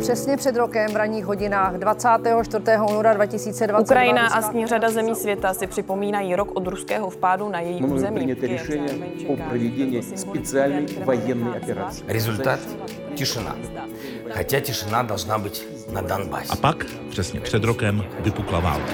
Přesně před rokem v ranních hodinách 24. února 2022 Ukrajina a s ní řada zemí světa si připomínají rok od ruského vpádu na její území. Результат – тишина. Хотя тишина должна быть на Донбассе. A pak, přesně před rokem, vypukla válka.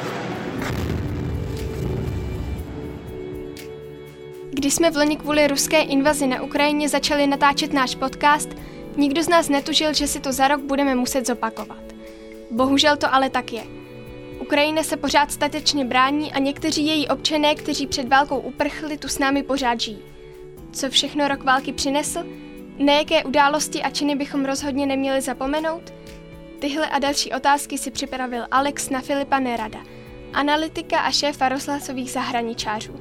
Když jsme v loni kvůli ruské invazi na Ukrajině začali natáčet náš podcast, nikdo z nás netušil, že si to za rok budeme muset zopakovat. Bohužel to ale tak je. Ukrajina se pořád statečně brání a někteří její občané, kteří před válkou uprchli, tu s námi pořád žijí. Co všechno rok války přinesl? Na jaké události a činy bychom rozhodně neměli zapomenout? Tyhle a další otázky si připravil Alex na Filipa Nerada, analytika a šéfa rozhlasových zahraničářů.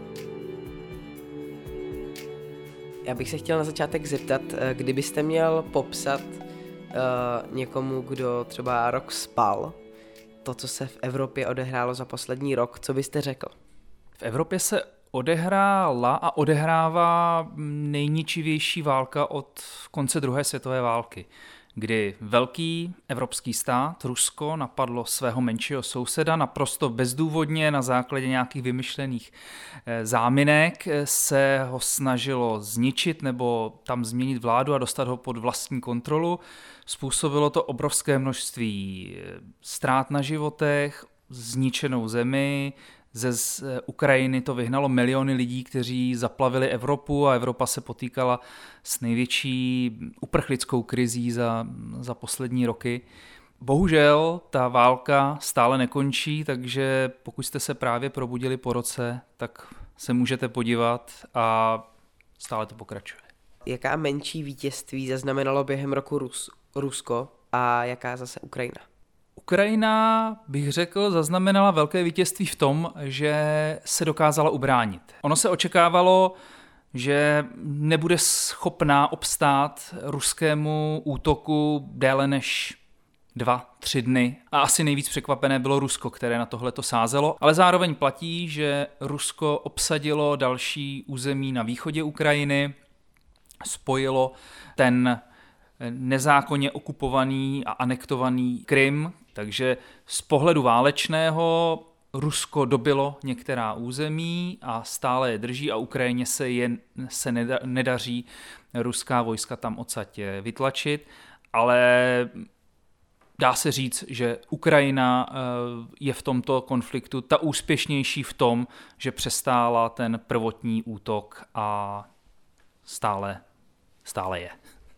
Já bych se chtěl na začátek zeptat, kdybyste měl popsat někomu, kdo třeba rok spal, to, co se v Evropě odehrálo za poslední rok, co byste řekl? V Evropě se odehrála a odehrává nejničivější válka od konce druhé světové války, kdy velký evropský stát, Rusko, napadlo svého menšího souseda naprosto bezdůvodně na základě nějakých vymyšlených záminek, se ho snažilo zničit nebo tam změnit vládu a dostat ho pod vlastní kontrolu. Způsobilo to obrovské množství ztrát na životech, zničenou zemi. Ze Ukrajiny to vyhnalo miliony lidí, kteří zaplavili Evropu a Evropa se potýkala s největší uprchlickou krizí za poslední roky. Bohužel ta válka stále nekončí, takže pokud jste se právě probudili po roce, tak se můžete podívat a stále to pokračuje. Jaká menší vítězství zaznamenalo během roku Rusko a jaká zase Ukrajina? Ukrajina, bych řekl, zaznamenala velké vítězství v tom, že se dokázala ubránit. Ono se očekávalo, že nebude schopná obstát ruskému útoku déle než 2-3 dny. A asi nejvíc překvapené bylo Rusko, které na tohle to sázelo. Ale zároveň platí, že Rusko obsadilo další území na východě Ukrajiny, spojilo ten nezákonně okupovaný a anektovaný Krym, takže z pohledu válečného Rusko dobylo některá území a stále je drží a Ukrajině se nedaří ruská vojska tam odsaď vytlačit, ale dá se říct, že Ukrajina je v tomto konfliktu ta úspěšnější v tom, že přestála ten prvotní útok a stále je.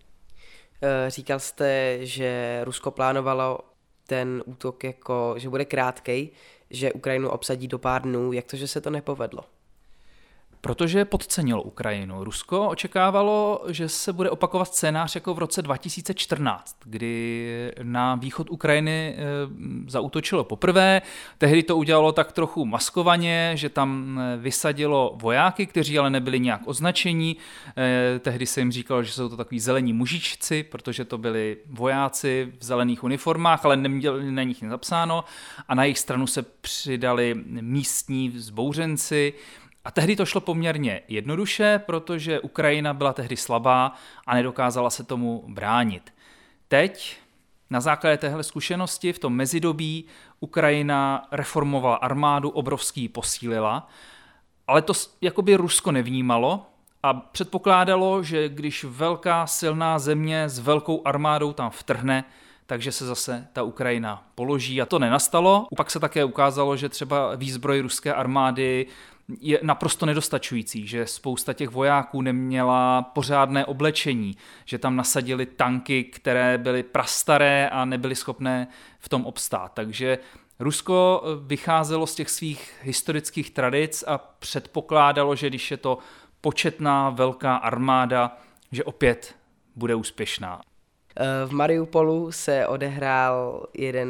Říkal jste, že Rusko plánovalo ten útok jako, že bude krátkej, že Ukrajinu obsadí do pár dnů. Jak to, že se to nepovedlo? Protože podcenilo Ukrajinu. Rusko očekávalo, že se bude opakovat scénář jako v roce 2014, kdy na východ Ukrajiny zaútočilo poprvé. Tehdy to udělalo tak trochu maskovaně, že tam vysadilo vojáky, kteří ale nebyli nějak označení. Tehdy se jim říkalo, že jsou to takový zelení mužičci, protože to byli vojáci v zelených uniformách, ale neměli na nich nic zapsáno. A na jejich stranu se přidali místní vzbouřenci. A tehdy to šlo poměrně jednoduše, protože Ukrajina byla tehdy slabá a nedokázala se tomu bránit. Teď, na základě téhle zkušenosti, v tom mezidobí Ukrajina reformovala armádu, obrovský ji posílila, ale to jakoby Rusko nevnímalo a předpokládalo, že když velká silná země s velkou armádou tam vtrhne, takže se zase ta Ukrajina položí a to nenastalo. Pak se také ukázalo, že třeba výzbroj ruské armády je naprosto nedostačující, že spousta těch vojáků neměla pořádné oblečení, že tam nasadili tanky, které byly prastaré a nebyly schopné v tom obstát. Takže Rusko vycházelo z těch svých historických tradic a předpokládalo, že když je to početná velká armáda, že opět bude úspěšná. V Mariupolu se odehrál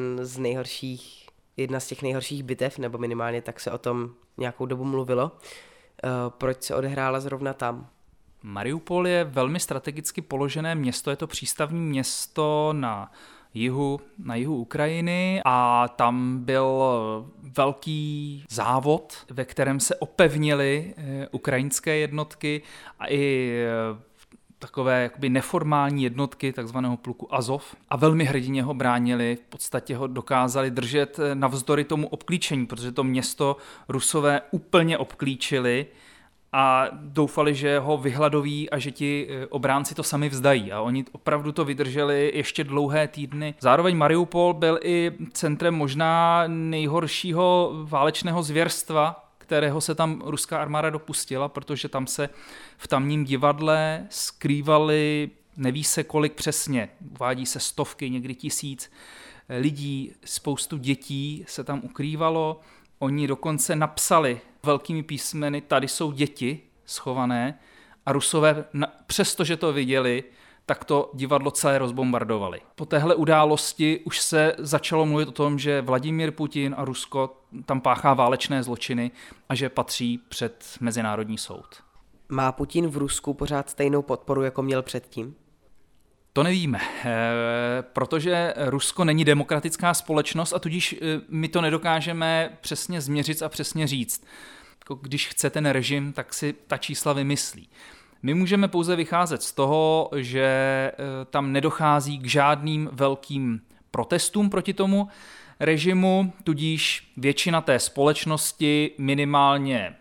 jedna z těch nejhorších bitev, nebo minimálně tak se o tom nějakou dobu mluvilo. Proč se odehrála zrovna tam? Mariupol je velmi strategicky položené město, je to přístavní město na jihu Ukrajiny a tam byl velký závod, ve kterém se opevnily ukrajinské jednotky a i takové jakoby neformální jednotky takzvaného pluku Azov a velmi hrdinně ho bránili, v podstatě ho dokázali držet navzdory tomu obklíčení, protože to město Rusové úplně obklíčili a doufali, že ho vyhladoví a že ti obránci to sami vzdají. A oni opravdu to vydrželi ještě dlouhé týdny. Zároveň Mariupol byl i centrem možná nejhoršího válečného zvěrstva, kterého se tam ruská armáda dopustila, protože tam se v tamním divadle skrývali, neví se kolik přesně, uvádí se stovky, někdy 1000 lidí, spoustu dětí se tam ukrývalo. Oni dokonce napsali velkými písmeny, tady jsou děti schované a Rusové, přestože to viděli, tak to divadlo celé rozbombardovali. Po téhle události už se začalo mluvit o tom, že Vladimír Putin a Rusko tam páchá válečné zločiny a že patří před Mezinárodní soud. Má Putin v Rusku pořád stejnou podporu, jako měl předtím? To nevíme, protože Rusko není demokratická společnost a tudíž my to nedokážeme přesně změřit a přesně říct. Když chce ten režim, tak si ta čísla vymyslí. My můžeme pouze vycházet z toho, že tam nedochází k žádným velkým protestům proti tomu režimu, tudíž většina té společnosti minimálně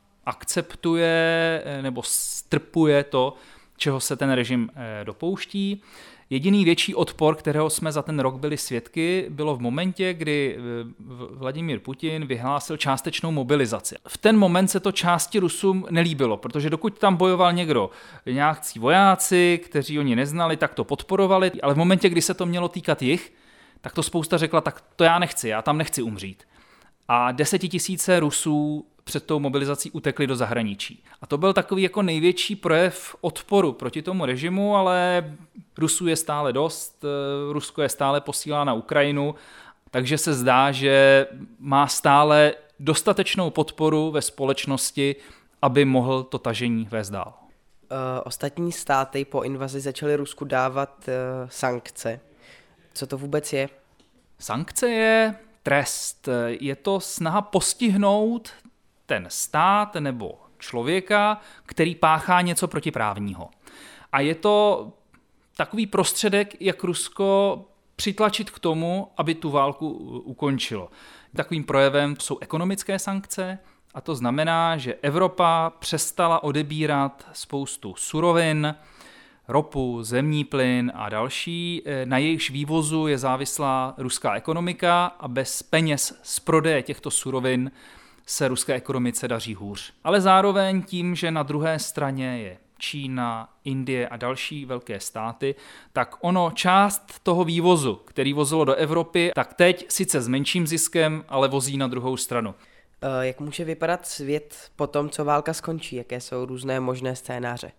akceptuje nebo strpuje to, čeho se ten režim dopouští. Jediný větší odpor, kterého jsme za ten rok byli svědky, bylo v momentě, kdy Vladimír Putin vyhlásil částečnou mobilizaci. V ten moment se to části Rusům nelíbilo, protože dokud tam bojoval někdo, nějakcí vojáci, kteří oni neznali, tak to podporovali, ale v momentě, kdy se to mělo týkat jich, tak to spousta řekla, tak to já nechci, já tam nechci umřít. A 10 000 Rusů před tou mobilizací utekli do zahraničí. A to byl takový jako největší projev odporu proti tomu režimu, ale Rusů je stále dost, Rusko je stále posílá na Ukrajinu, takže se zdá, že má stále dostatečnou podporu ve společnosti, aby mohl to tažení vést dál. Ostatní státy po invazi začaly Rusku dávat sankce. Co to vůbec je? Sankce je trest. Je to snaha postihnout ten stát nebo člověka, který páchá něco protiprávního. A je to takový prostředek, jak Rusko přitlačit k tomu, aby tu válku ukončilo. Takovým projevem jsou ekonomické sankce a to znamená, že Evropa přestala odebírat spoustu surovin, ropu, zemní plyn a další, na jejichž vývozu je závislá ruská ekonomika a bez peněz z prodeje těchto surovin se ruské ekonomice daří hůř. Ale zároveň tím, že na druhé straně je Čína, Indie a další velké státy, tak ono část toho vývozu, který vozilo do Evropy, tak teď sice s menším ziskem, ale vozí na druhou stranu. Jak může vypadat svět po tom, co válka skončí? Jaké jsou různé možné scénáře?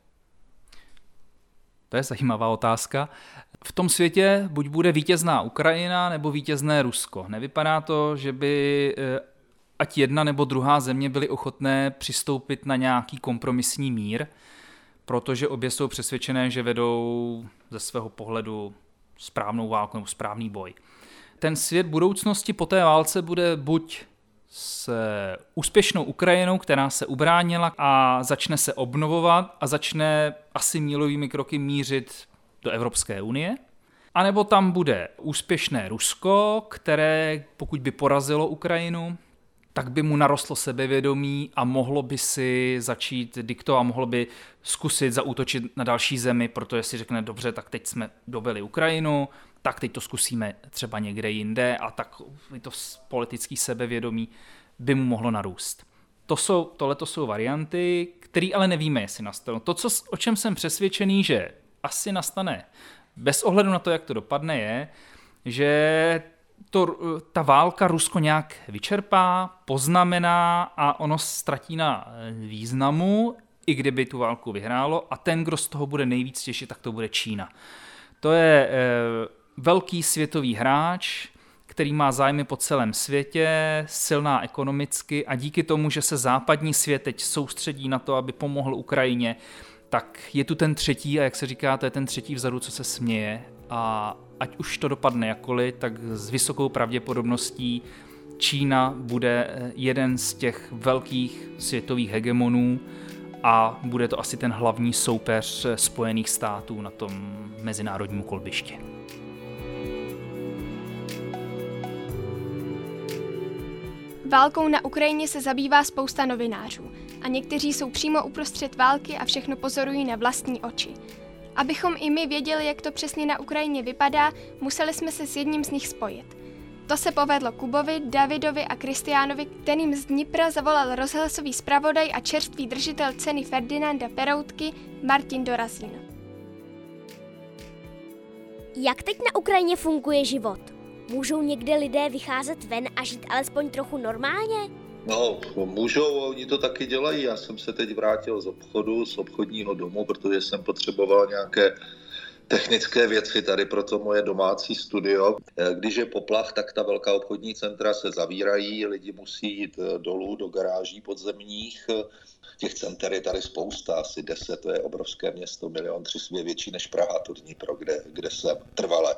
To je zajímavá otázka. V tom světě buď bude vítězná Ukrajina, nebo vítězné Rusko. Nevypadá to, že by ať jedna nebo druhá země byly ochotné přistoupit na nějaký kompromisní mír, protože obě jsou přesvědčené, že vedou ze svého pohledu správnou válku nebo správný boj. Ten svět budoucnosti po té válce bude buď s úspěšnou Ukrajinou, která se ubránila a začne se obnovovat a začne asi mílovými kroky mířit do Evropské unie, anebo tam bude úspěšné Rusko, které pokud by porazilo Ukrajinu, tak by mu narostlo sebevědomí a mohlo by si začít diktovat a mohlo by zkusit zaútočit na další zemi, protože si řekne, dobře, tak teď jsme dobili Ukrajinu, tak teď to zkusíme třeba někde jinde a tak to politické sebevědomí by mu mohlo narůst. Tohleto jsou varianty, které ale nevíme, jestli nastanou. To, o čem jsem přesvědčený, že asi nastane bez ohledu na to, jak to dopadne, je, že ta válka Rusko nějak vyčerpá, poznamená a ono ztratí na významu, i kdyby tu válku vyhrálo, a ten, kdo z toho bude nejvíc těšit, tak to bude Čína. To je velký světový hráč, který má zájmy po celém světě, silná ekonomicky a díky tomu, že se západní svět teď soustředí na to, aby pomohl Ukrajině, tak je tu ten třetí a jak se říká, to je ten třetí vzadu, co se směje a ať už to dopadne jakkoliv, tak s vysokou pravděpodobností Čína bude jeden z těch velkých světových hegemonů a bude to asi ten hlavní soupeř Spojených států na tom mezinárodním kolbišti. Válkou na Ukrajině se zabývá spousta novinářů a někteří jsou přímo uprostřed války a všechno pozorují na vlastní oči. Abychom i my věděli, jak to přesně na Ukrajině vypadá, museli jsme se s jedním z nich spojit. To se povedlo Kubovi, Davidovi a Kristiánovi, kterým z Dnipra zavolal rozhlasový zpravodaj a čerstvý držitel ceny Ferdinanda Peroutky Martin Dorazín. Jak teď na Ukrajině funguje život? Můžou někde lidé vycházet ven a žít alespoň trochu normálně? No, můžou, oni to taky dělají. Já jsem se teď vrátil z obchodního domu, protože jsem potřeboval nějaké technické věci tady pro to moje domácí studio. Když je poplach, tak ta velká obchodní centra se zavírají, lidi musí jít dolů do garáží podzemních. Těch center je tady spousta, asi 10, to je obrovské město, 1 300 000, větší než Praha, to Dnipro, kde jsem trvale.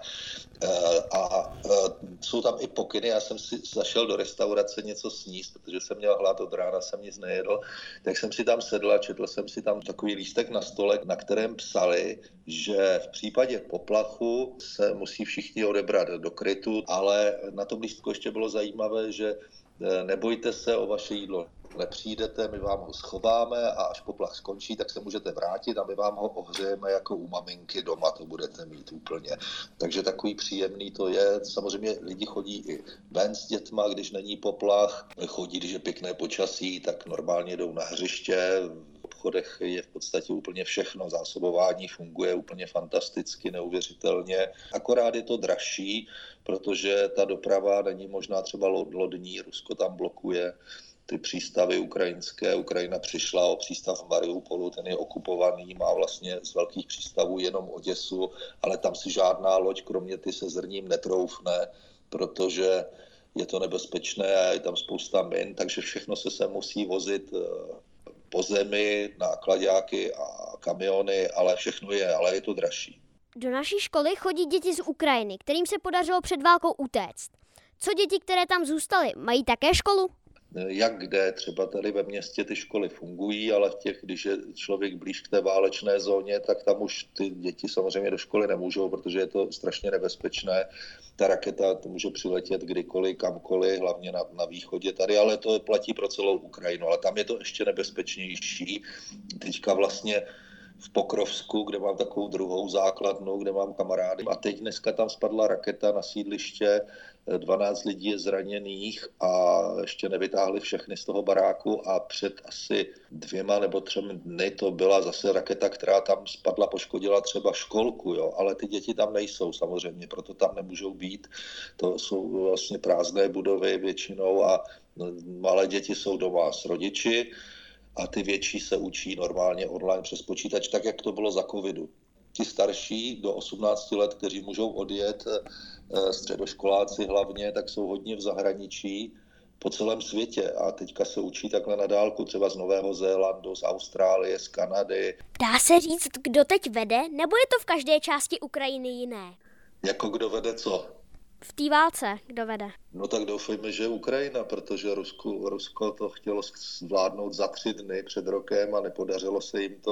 A jsou tam i pokyny, já jsem si zašel do restaurace něco sníst, protože jsem měl hlad, od rána jsem nic nejedl, tak jsem si tam sedl a četl jsem si tam takový lístek na stole, na kterém psali, že v případě poplachu se musí všichni odebrat do krytu, ale na tom lístku ještě bylo zajímavé, že nebojte se o vaše jídlo. Nepřijdete, my vám ho schováme a až poplach skončí, tak se můžete vrátit a my vám ho ohřejeme jako u maminky doma, to budete mít úplně. Takže takový příjemný to je. Samozřejmě lidi chodí i ven s dětma, když není poplach, chodí, když je pěkné počasí, tak normálně jdou na hřiště. V obchodech je v podstatě úplně všechno, zásobování funguje úplně fantasticky, neuvěřitelně. Akorát je to dražší, protože ta doprava není možná třeba lodní, Rusko tam blokuje ty přístavy ukrajinské. Ukrajina přišla o přístav v Mariupolu, ten je okupovaný, má vlastně z velkých přístavů jenom Oděsu, ale tam si žádná loď, kromě ty se zrním, netroufne, protože je to nebezpečné a je tam spousta min, takže všechno se sem musí vozit po zemi, náklaďáky a kamiony, ale všechno je, ale je to dražší. Do naší školy chodí děti z Ukrajiny, kterým se podařilo před válkou utéct. Co děti, které tam zůstaly, mají také školu? Jak kde, třeba tady ve městě ty školy fungují, ale když je člověk blíž k té válečné zóně, tak tam už ty děti samozřejmě do školy nemůžou, protože je to strašně nebezpečné. Ta raketa to může přiletět kdykoliv, kamkoliv, hlavně na východě tady, ale to platí pro celou Ukrajinu, ale tam je to ještě nebezpečnější. Teďka vlastně v Pokrovsku, kde mám takovou druhou základnu, kde mám kamarády. A teď dneska tam spadla raketa na sídliště, 12 lidí je zraněných a ještě nevytáhli všechny z toho baráku a před asi 2 nebo 3 dny to byla zase raketa, která tam spadla, poškodila třeba školku, jo? Ale ty děti tam nejsou samozřejmě, proto tam nemůžou být. To jsou vlastně prázdné budovy většinou a malé děti jsou doma s rodiči. A ty větší se učí normálně online přes počítač, tak jak to bylo za covidu. Ti starší do 18 let, kteří můžou odjet, středoškoláci hlavně, tak jsou hodně v zahraničí po celém světě a teďka se učí takhle na dálku, třeba z Nového Zélandu, z Austrálie, z Kanady. Dá se říct, kdo teď vede, nebo je to v každé části Ukrajiny jiné? Jako kdo vede co? V té válce kdo vede? No tak doufejme, že Ukrajina, protože Rusko to chtělo zvládnout za 3 dny před rokem a nepodařilo se jim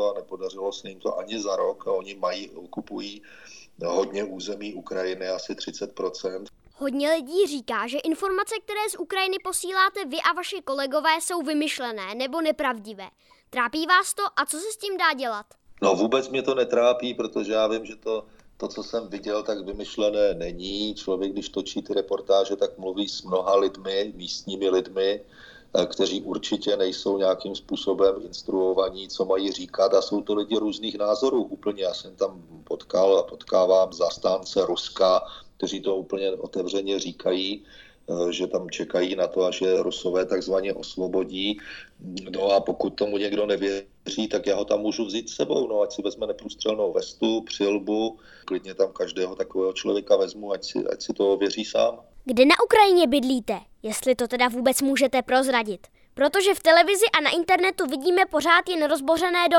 to ani za rok a oni okupují hodně území Ukrajiny, asi 30%. Hodně lidí říká, že informace, které z Ukrajiny posíláte vy a vaši kolegové, jsou vymyšlené nebo nepravdivé. Trápí vás to a co se s tím dá dělat? No vůbec mě to netrápí, protože já vím, že to, co jsem viděl, tak vymyšlené není. Člověk, když točí ty reportáže, tak mluví s mnoha lidmi, místními lidmi, kteří určitě nejsou nějakým způsobem instruovaní, co mají říkat a jsou to lidi různých názorů úplně. Já jsem tam potkal a potkávám zastánce Ruska, kteří to úplně otevřeně říkají, že tam čekají na to, až je Rusové takzvaně osvobodí. No a pokud tomu někdo nevěří, tak já ho tam můžu vzít s sebou, no ať si vezme neprůstřelnou vestu, přilbu, klidně tam každého takového člověka vezmu, ať si to ověří sám. Kde na Ukrajině bydlíte? Jestli to teda vůbec můžete prozradit. Protože v televizi a na internetu vidíme pořád jen rozbořené domy.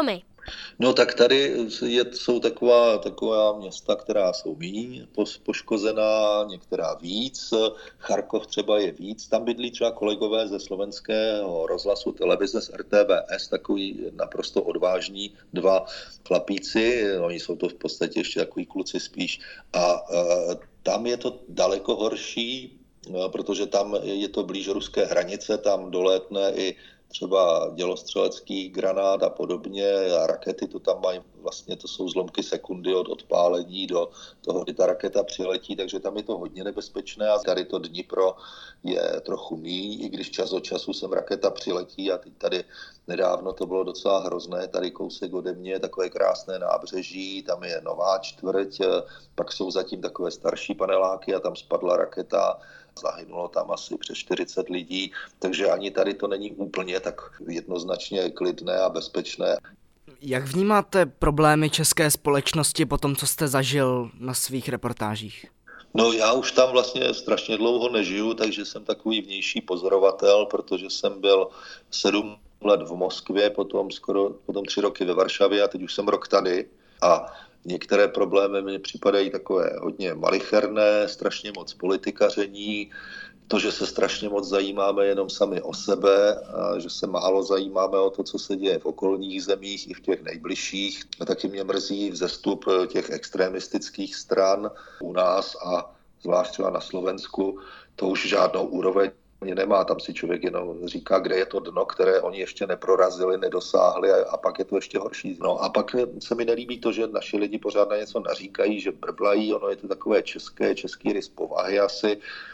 No tak tady jsou taková města, která jsou méně poškozená, některá víc. Charkov třeba je víc. Tam bydlí třeba kolegové ze slovenského rozhlasu televize z RTVS, takový naprosto odvážní dva chlapíci. Oni jsou to v podstatě ještě takový kluci spíš. A tam je to daleko horší, protože tam je to blíž ruské hranice, tam dolétne i třeba dělostřelecký granát a podobně a rakety to tam mají, vlastně to jsou zlomky sekundy od odpálení do toho, kdy ta raketa přiletí, takže tam je to hodně nebezpečné a tady to Dnipro je trochu míň, i když čas od času sem raketa přiletí a teď tady nedávno to bylo docela hrozné, tady kousek ode mě, takové krásné nábřeží, tam je nová čtvrť, pak jsou zatím takové starší paneláky a tam spadla raketa, zahynulo tam asi přes 40 lidí, takže ani tady to není úplně tak jednoznačně klidné a bezpečné. Jak vnímáte problémy české společnosti po tom, co jste zažil na svých reportážích? No já už tam vlastně strašně dlouho nežiju, takže jsem takový vnější pozorovatel, protože jsem byl 7 let v Moskvě, potom 3 roky ve Varšavě a teď už jsem rok tady a některé problémy mi připadají takové hodně malicherné, strašně moc politikaření, to, že se strašně moc zajímáme jenom sami o sebe, a že se málo zajímáme o to, co se děje v okolních zemích i v těch nejbližších. A taky mě mrzí vzestup těch extremistických stran u nás a zvlášť třeba na Slovensku. To už žádnou úroveň nemá, tam si člověk jenom říká, kde je to dno, které oni ještě neprorazili, nedosáhli a pak je to ještě horší. No a pak se mi nelíbí to, že naši lidi pořád na něco naříkají, že brblají, ono je to takové český rys povahy asi,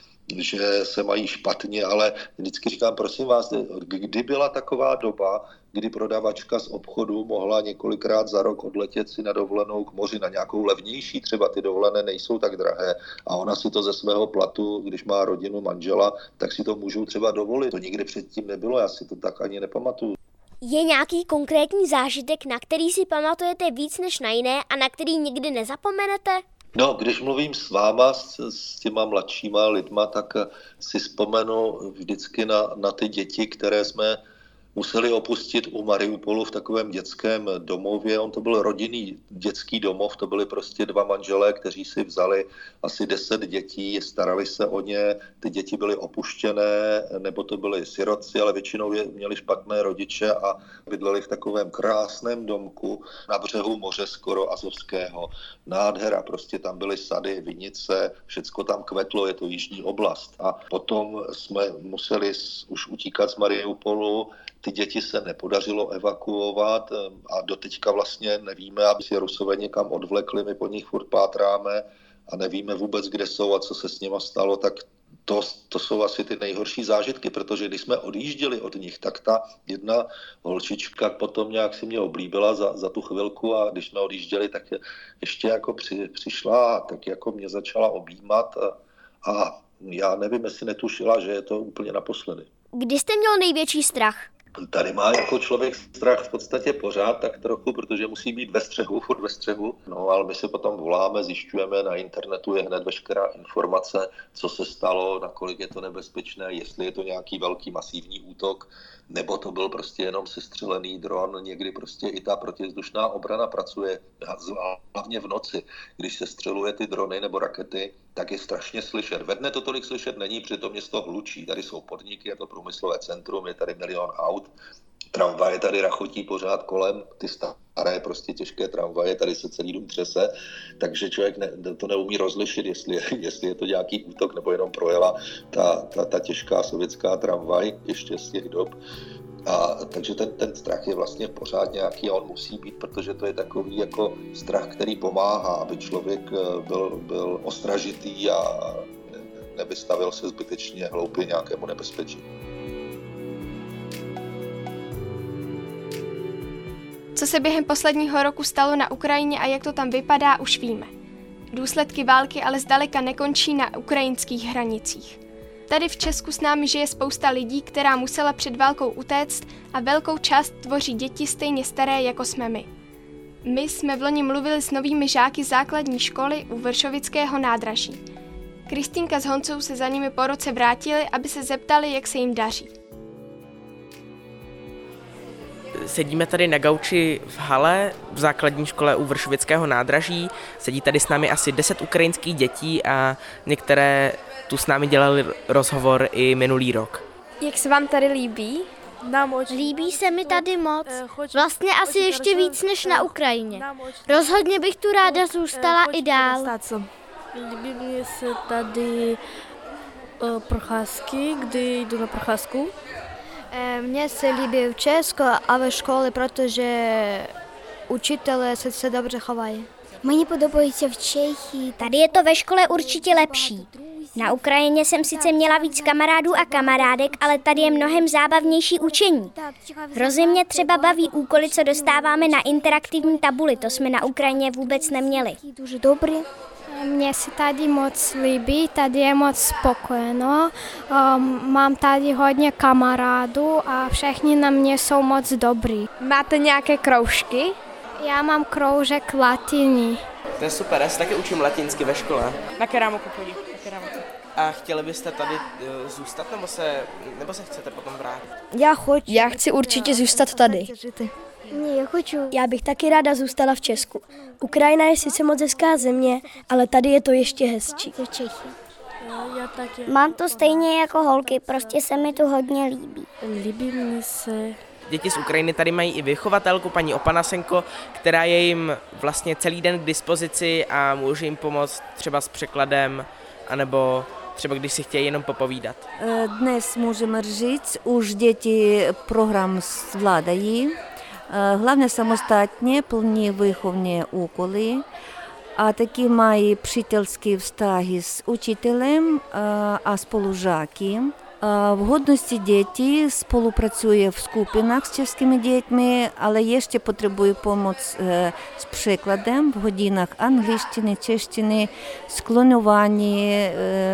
že se mají špatně, ale vždycky říkám, prosím vás, kdy byla taková doba, kdy prodavačka z obchodu mohla několikrát za rok odletět si na dovolenou k moři, na nějakou levnější, třeba ty dovolené nejsou tak drahé a ona si to ze svého platu, když má rodinu, manžela, tak si to můžou třeba dovolit. To nikdy předtím nebylo, já si to tak ani nepamatuju. Je nějaký konkrétní zážitek, na který si pamatujete víc než na jiné a na který nikdy nezapomenete? No, když mluvím s váma, s těma mladšíma lidma, tak si vzpomenu vždycky na ty děti, které jsme museli opustit u Mariupolu v takovém dětském domově. On to byl rodinný dětský domov, to byli prostě 2 manželé, kteří si vzali asi 10 dětí, starali se o ně, ty děti byly opuštěné, nebo to byli sirotci, ale většinou měli špatné rodiče a bydleli v takovém krásném domku na břehu moře skoro Azovského. Nádhera, prostě tam byly sady, vinice, všecko tam kvetlo, je to jižní oblast. A potom jsme museli už utíkat z Mariupolu. Ty děti se nepodařilo evakuovat a doteďka vlastně nevíme, aby si Rusové někam odvlekli, my po nich furt pátráme a nevíme vůbec, kde jsou a co se s nima stalo, tak to jsou asi ty nejhorší zážitky, protože když jsme odjížděli od nich, tak ta jedna holčička potom nějak si mě oblíbila za tu chvilku a když jsme odjížděli, tak ještě jako přišla a tak jako mě začala objímat a já nevím, jestli netušila, že je to úplně naposledy. Kdy jste měl největší strach? Tady má jako člověk strach v podstatě pořád tak trochu, protože musí být furt ve střehu. No, ale my se potom voláme, zjišťujeme, na internetu je hned veškerá informace, co se stalo, nakolik je to nebezpečné, jestli je to nějaký velký masivní útok, nebo to byl prostě jenom sestřelený dron. Někdy prostě i ta protivzdušná obrana pracuje, hlavně v noci. Když se střeluje ty drony nebo rakety, tak je strašně slyšet. Ve dne to tolik slyšet není, protože to město hlučí. Tady jsou podniky, je to průmyslové centrum, je tady milion aut, tramvaje tady rachotí pořád kolem, ty staré prostě těžké tramvaje, tady se celý dům třese, takže člověk to neumí rozlišit, jestli je to nějaký útok, nebo jenom projela ta těžká sovětská tramvaj ještě z těch dob. A takže ten strach je vlastně pořád nějaký a on musí být, protože to je takový jako strach, který pomáhá, aby člověk byl ostražitý a nevystavil se zbytečně hloupě nějakému nebezpečí. Co se během posledního roku stalo na Ukrajině a jak to tam vypadá, už víme. Důsledky války ale zdaleka nekončí na ukrajinských hranicích. Tady v Česku s námi žije spousta lidí, která musela před válkou utéct a velkou část tvoří děti stejně staré, jako jsme my. My jsme vloni mluvili s novými žáky základní školy u Vršovického nádraží. Kristýnka s Honcou se za nimi po roce vrátili, aby se zeptali, jak se jim daří. Sedíme tady na gauči v hale v základní škole u Vršovického nádraží. Sedí tady s námi asi 10 ukrajinských dětí a některé tu s námi dělali rozhovor i minulý rok. Jak se vám tady líbí? Líbí se mi tady moc. Vlastně asi ještě víc než na Ukrajině. Rozhodně bych tu ráda zůstala i dál. Líbí mě se tady procházky, kdy jdu na procházku. Mně se líbí v Česku a ve škole, protože učitelé se dobře chovají. Mně podobají se v Čechy. Tady je to ve škole určitě lepší. Na Ukrajině jsem sice měla víc kamarádů a kamarádek, ale tady je mnohem zábavnější učení. Hrozně mě třeba baví úkoly, co dostáváme na interaktivní tabuli. To jsme na Ukrajině vůbec neměli. Дуже dobrý. Mně se tady moc líbí, tady je moc spokojeno. Mám tady hodně kamarádů a všichni na mě jsou moc dobrý. Máte nějaké kroužky? Já mám kroužek latiny. To je super, já se taky učím latinsky ve škole. Na kerámoku chodí. A chtěli byste tady zůstat, nebo se chcete potom vrátit? Já chci určitě zůstat tady. Já bych taky ráda zůstala v Česku. Ukrajina je sice moc hezká země, ale tady je to ještě hezčí. Mám to stejně jako holky, prostě se mi tu hodně líbí. Líbí mi se. Děti z Ukrajiny tady mají i vychovatelku, paní Opanasenko, která je jim vlastně celý den k dispozici a může jim pomoct třeba s překladem, anebo třeba když si chtějí jenom popovídat. Dnes můžeme říct, už děti program zvládají. Hlavně samostatně plní výchovні úkoly, a taky mají přítelské vztahy s učitelem a spolužáky. V hodnosti děti spolupracují v skupinách s českými dětmi, ale ještě potřebují pomoc s překladem v hodinách angličtiny, češtiny, skloňování,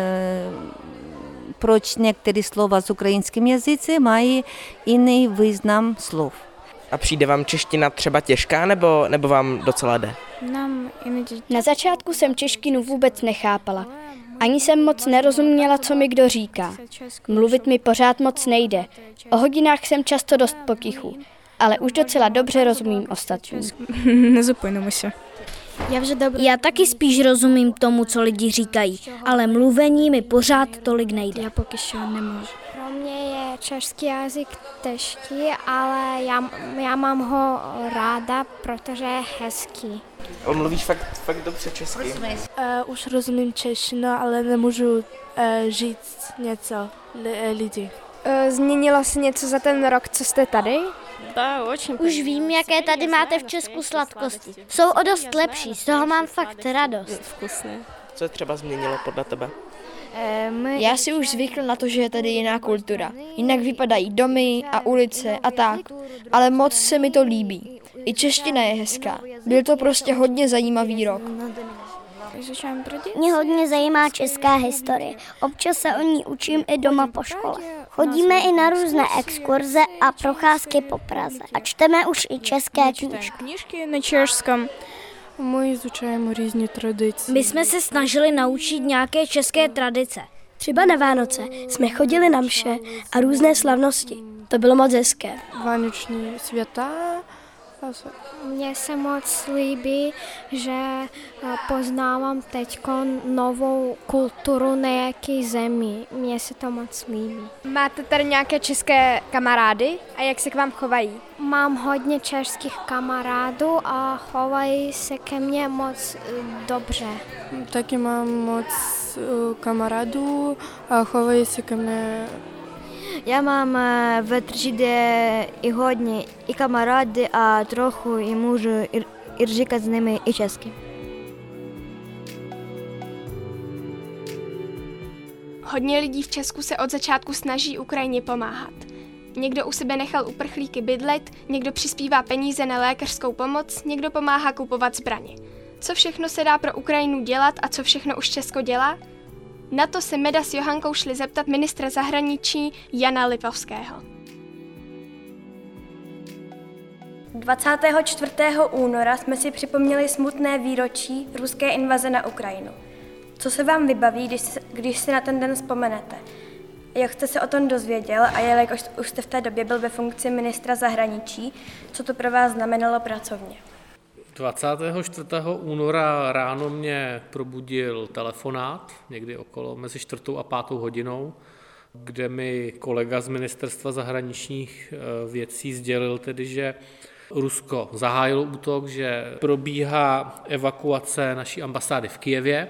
proč některé slova z ukrajinským jazykem mají jiný význam slov. A přijde vám čeština třeba těžká, nebo vám docela jde? Na začátku jsem češtinu vůbec nechápala. Ani jsem moc nerozuměla, co mi kdo říká. Mluvit mi pořád moc nejde. O hodinách jsem často dost potichu, ale už docela dobře rozumím ostatním. Nezapojíme se. Já taky spíš rozumím tomu, co lidi říkají, ale mluvení mi pořád tolik nejde. Já poky nemůžu. Pro mě je český jazyk těžký, ale já mám ho ráda, protože je hezký. On mluvíš fakt dobře česky. Už rozumím češtinu, ale nemůžu říct něco lidi. Změnilo se něco za ten rok, co jste tady? Už vím, jaké tady máte v Česku sladkosti. Jsou o dost lepší, z toho mám fakt radost. Co třeba změnilo podle tebe? Já si už zvykl na to, že je tady jiná kultura. Jinak vypadají domy a ulice a tak, ale moc se mi to líbí. I čeština je hezká. Byl to prostě hodně zajímavý rok. Mě hodně zajímá česká historie. Občas se o ní učím i doma po škole. Chodíme i na různé exkurze a procházky po Praze. A čteme už i české knížky. Knížky na českém. My izučujeme různé tradice. My jsme se snažili naučit nějaké české tradice. Třeba na Vánoce jsme chodili na mše a různé slavnosti. To bylo moc hezké. Vánoční světa. Mně se moc líbí, že poznávám teď novou kulturu nějaké zemi. Mně se to moc líbí. Máte tady nějaké české kamarády a jak se k vám chovají? Mám hodně českých kamarádů a chovají se ke mně moc dobře. Taky mám moc kamarádů a chovají se ke mně. Já mám ve třídě i hodně i kamarády a trochu i můžu i říkat s nimi i česky. Hodně lidí v Česku se od začátku snaží Ukrajině pomáhat. Někdo u sebe nechal uprchlíky bydlet, někdo přispívá peníze na lékařskou pomoc, někdo pomáhá kupovat zbraně. Co všechno se dá pro Ukrajinu dělat a co všechno už Česko dělá? Na to se Meda s Johankou šli zeptat ministra zahraničí Jana Lipavského. 24. února jsme si připomněli smutné výročí ruské invaze na Ukrajinu. Co se vám vybaví, když si na ten den vzpomenete? Jak jste se o tom dozvěděl a jelikož už jste v té době byl ve funkci ministra zahraničí, co to pro vás znamenalo pracovně? 24. února ráno mě probudil telefonát, někdy okolo mezi 4. a 5. hodinou, kde mi kolega z Ministerstva zahraničních věcí sdělil tedy, že Rusko zahájilo útok, že probíhá evakuace naší ambasády v Kyjevě.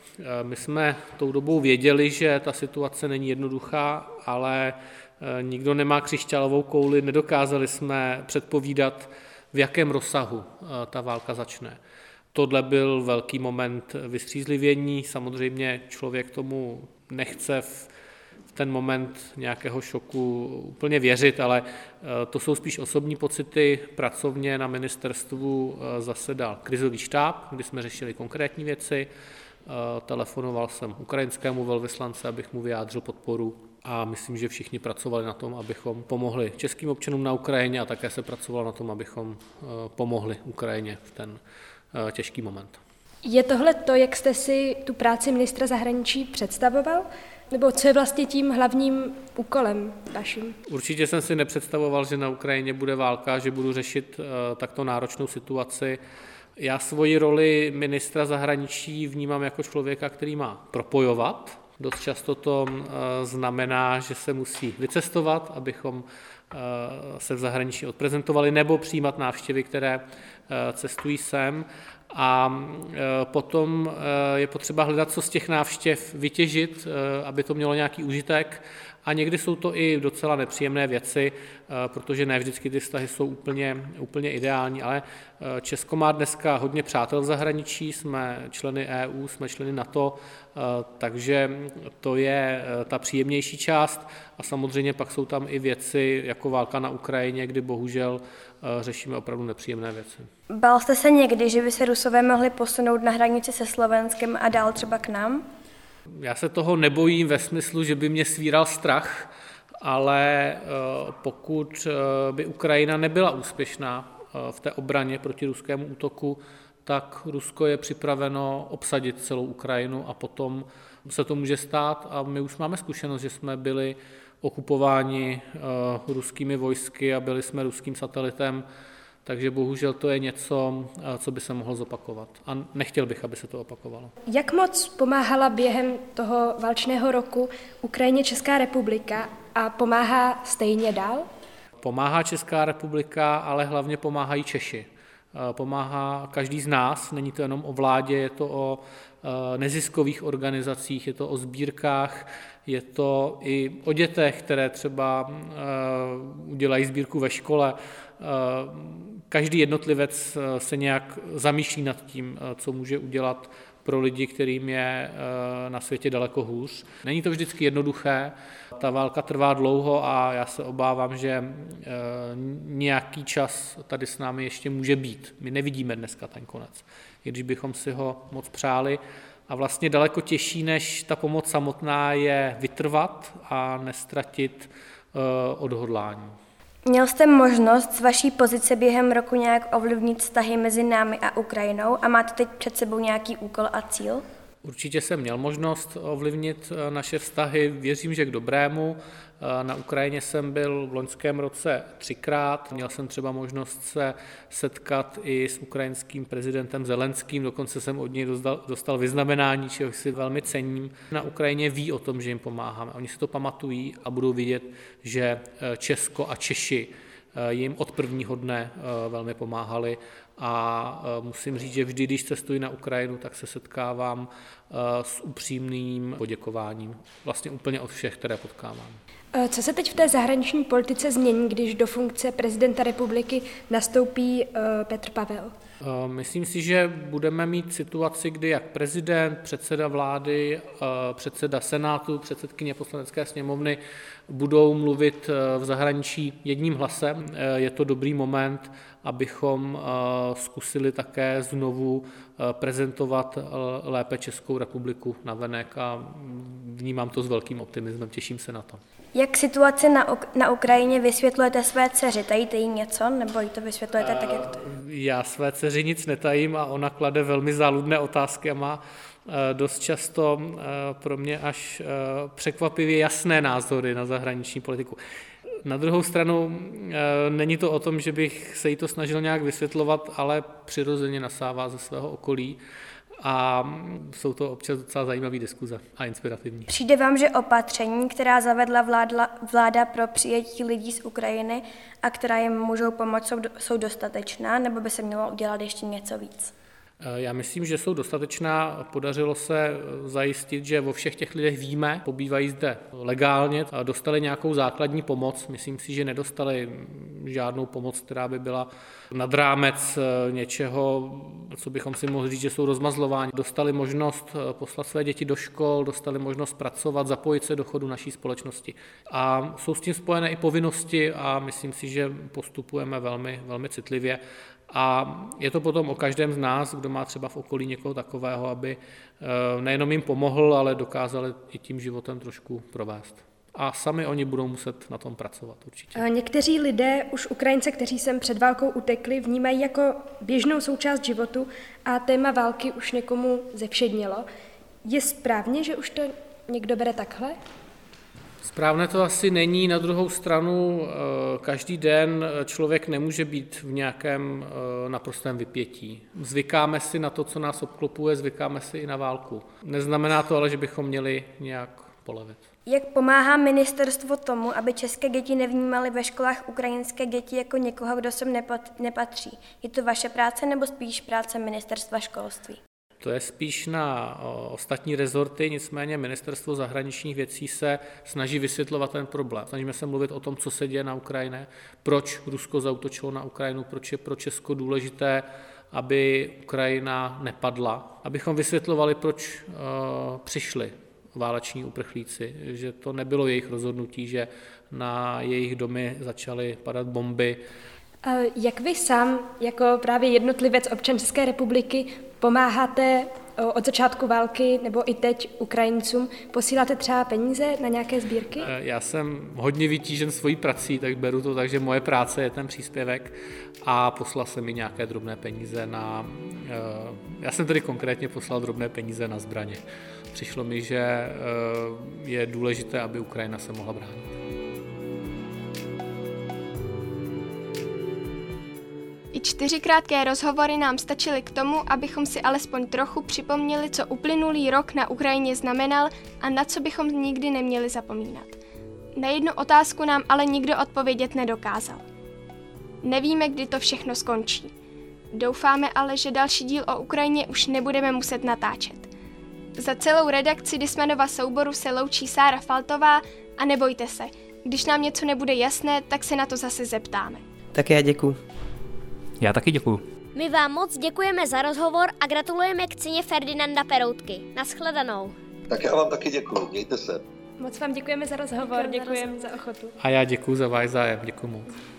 My jsme tou dobou věděli, že ta situace není jednoduchá, ale nikdo nemá křišťálovou kouli, nedokázali jsme předpovídat, v jakém rozsahu ta válka začne. Tohle byl velký moment vystřízlivění, samozřejmě člověk tomu nechce v ten moment nějakého šoku úplně věřit, ale to jsou spíš osobní pocity. Pracovně na ministerstvu zasedal krizový štáb, kdy jsme řešili konkrétní věci. Telefonoval jsem ukrajinskému velvyslanci, abych mu vyjádřil podporu a myslím, že všichni pracovali na tom, abychom pomohli českým občanům na Ukrajině a také se pracovalo na tom, abychom pomohli Ukrajině v ten těžký moment. Je tohle to, jak jste si tu práci ministra zahraničí představoval? Nebo co je vlastně tím hlavním úkolem vaším? Určitě jsem si nepředstavoval, že na Ukrajině bude válka, že budu řešit takto náročnou situaci. Já svoji roli ministra zahraničí vnímám jako člověka, který má propojovat. Dost často to znamená, že se musí vycestovat, abychom se v zahraničí odprezentovali, nebo přijímat návštěvy, které cestují sem. A potom je potřeba hledat, co z těch návštěv vytěžit, aby to mělo nějaký užitek. A někdy jsou to i docela nepříjemné věci, protože ne vždycky ty vztahy jsou úplně ideální, ale Česko má dneska hodně přátel v zahraničí, jsme členy EU, jsme členy NATO, takže to je ta příjemnější část a samozřejmě pak jsou tam i věci jako válka na Ukrajině, kdy bohužel řešíme opravdu nepříjemné věci. Bál jste se někdy, že by se Rusové mohli posunout na hranici se Slovenskem a dál třeba k nám? Já se toho nebojím ve smyslu, že by mě svíral strach, ale pokud by Ukrajina nebyla úspěšná v té obraně proti ruskému útoku, tak Rusko je připraveno obsadit celou Ukrajinu a potom se to může stát a my už máme zkušenost, že jsme byli okupováni ruskými vojsky a byli jsme ruským satelitem, takže bohužel to je něco, co by se mohlo zopakovat. A nechtěl bych, aby se to opakovalo. Jak moc pomáhala během toho válčného roku Ukrajině Česká republika a pomáhá stejně dál? Pomáhá Česká republika, ale hlavně pomáhají Češi. Pomáhá každý z nás, není to jenom o vládě, je to o neziskových organizacích, je to o sbírkách, je to i o dětech, které třeba udělají sbírku ve škole. Každý jednotlivec se nějak zamýšlí nad tím, co může udělat pro lidi, kterým je na světě daleko hůř. Není to vždycky jednoduché, ta válka trvá dlouho a já se obávám, že nějaký čas tady s námi ještě může být. My nevidíme dneska ten konec, i když bychom si ho moc přáli. A vlastně daleko těžší než ta pomoc samotná je vytrvat a nestratit odhodlání. Měl jste možnost z vaší pozice během roku nějak ovlivnit vztahy mezi námi a Ukrajinou a máte teď před sebou nějaký úkol a cíl? Určitě jsem měl možnost ovlivnit naše vztahy, věřím, že k dobrému. Na Ukrajině jsem byl v loňském roce 3krát, měl jsem třeba možnost se setkat i s ukrajinským prezidentem Zelenským, dokonce jsem od něj dostal vyznamenání, čeho si velmi cením. Na Ukrajině ví o tom, že jim pomáháme, oni si to pamatují a budou vidět, že Česko a Češi jim od prvního dne velmi pomáhali a musím říct, že vždy, když cestuji na Ukrajinu, tak se setkávám s upřímným poděkováním, vlastně úplně od všech, které potkávám. Co se teď v té zahraniční politice změní, když do funkce prezidenta republiky nastoupí Petr Pavel? Myslím si, že budeme mít situaci, kdy jak prezident, předseda vlády, předseda Senátu, předsedkyně Poslanecké sněmovny budou mluvit v zahraničí jedním hlasem. Je to dobrý moment, abychom zkusili také znovu prezentovat lépe Českou republiku navenek a vnímám to s velkým optimismem, těším se na to. Jak situaci na Ukrajině vysvětlujete své dceři? Tajíte jí něco, nebo jí to vysvětlujete tak, jak to? Já své dceři nic netajím a ona klade velmi záludné otázky a má dost často pro mě až překvapivě jasné názory na zahraniční politiku. Na druhou stranu není to o tom, že bych se jí to snažil nějak vysvětlovat, ale přirozeně nasává ze svého okolí a jsou to občas docela zajímavé diskuze a inspirativní. Přijde vám, že opatření, která zavedla vláda pro přijetí lidí z Ukrajiny a která jim můžou pomoct, jsou dostatečná, nebo by se mělo udělat ještě něco víc? Já myslím, že jsou dostatečná. Podařilo se zajistit, že o všech těch lidech víme, pobývají zde legálně, dostali nějakou základní pomoc. Myslím si, že nedostali žádnou pomoc, která by byla nad rámec něčeho, co bychom si mohli říct, že jsou rozmazlováni. Dostali možnost poslat své děti do škol, dostali možnost pracovat, zapojit se do chodu naší společnosti. A jsou s tím spojené i povinnosti a myslím si, že postupujeme velmi, velmi citlivě. A je to potom o každém z nás, kdo má třeba v okolí někoho takového, aby nejenom jim pomohl, ale dokázali i tím životem trošku provést. A sami oni budou muset na tom pracovat určitě. Někteří lidé, už Ukrajince, kteří sem před válkou utekli, vnímají jako běžnou součást životu a téma války už někomu zevšednilo. Je správně, že už to někdo bere takhle? Správné to asi není, na druhou stranu každý den člověk nemůže být v nějakém naprostém vypětí. Zvykáme si na to, co nás obklopuje, zvykáme si i na válku. Neznamená to ale, že bychom měli nějak polevit. Jak pomáhá ministerstvo tomu, aby české děti nevnímaly ve školách ukrajinské děti jako někoho, kdo sem nepatří? Je to vaše práce nebo spíš práce ministerstva školství? To je spíš na ostatní rezorty, nicméně ministerstvo zahraničních věcí se snaží vysvětlovat ten problém. Snažíme se mluvit o tom, co se děje na Ukrajině, proč Rusko zaútočilo na Ukrajinu, proč je pro Česko důležité, aby Ukrajina nepadla. Abychom vysvětlovali, proč přišli váleční uprchlíci, že to nebylo jejich rozhodnutí, že na jejich domy začaly padat bomby. Jak vy sám, jako právě jednotlivec občan České republiky, pomáháte od začátku války nebo i teď Ukrajincům? Posíláte třeba peníze na nějaké sbírky? Já jsem hodně vytížen svojí prací, tak beru to tak, že moje práce je ten příspěvek a poslal jsem mi nějaké drobné peníze na... Já jsem tedy konkrétně poslal drobné peníze na zbraně. Přišlo mi, že je důležité, aby Ukrajina se mohla bránit. I 4 krátké rozhovory nám stačily k tomu, abychom si alespoň trochu připomněli, co uplynulý rok na Ukrajině znamenal a na co bychom nikdy neměli zapomínat. Na jednu otázku nám ale nikdo odpovědět nedokázal. Nevíme, kdy to všechno skončí. Doufáme ale, že další díl o Ukrajině už nebudeme muset natáčet. Za celou redakci Dismanova souboru se loučí Sára Faltová a nebojte se, když nám něco nebude jasné, tak se na to zase zeptáme. Tak já děkuju. Já taky děkuju. My vám moc děkujeme za rozhovor a gratulujeme k ceně Ferdinanda Peroutky. Nashledanou. Tak já vám taky děkuju, mějte se. Moc vám děkujeme za rozhovor, děkujeme za ochotu. A já děkuju za váš zájem, děkuju moc.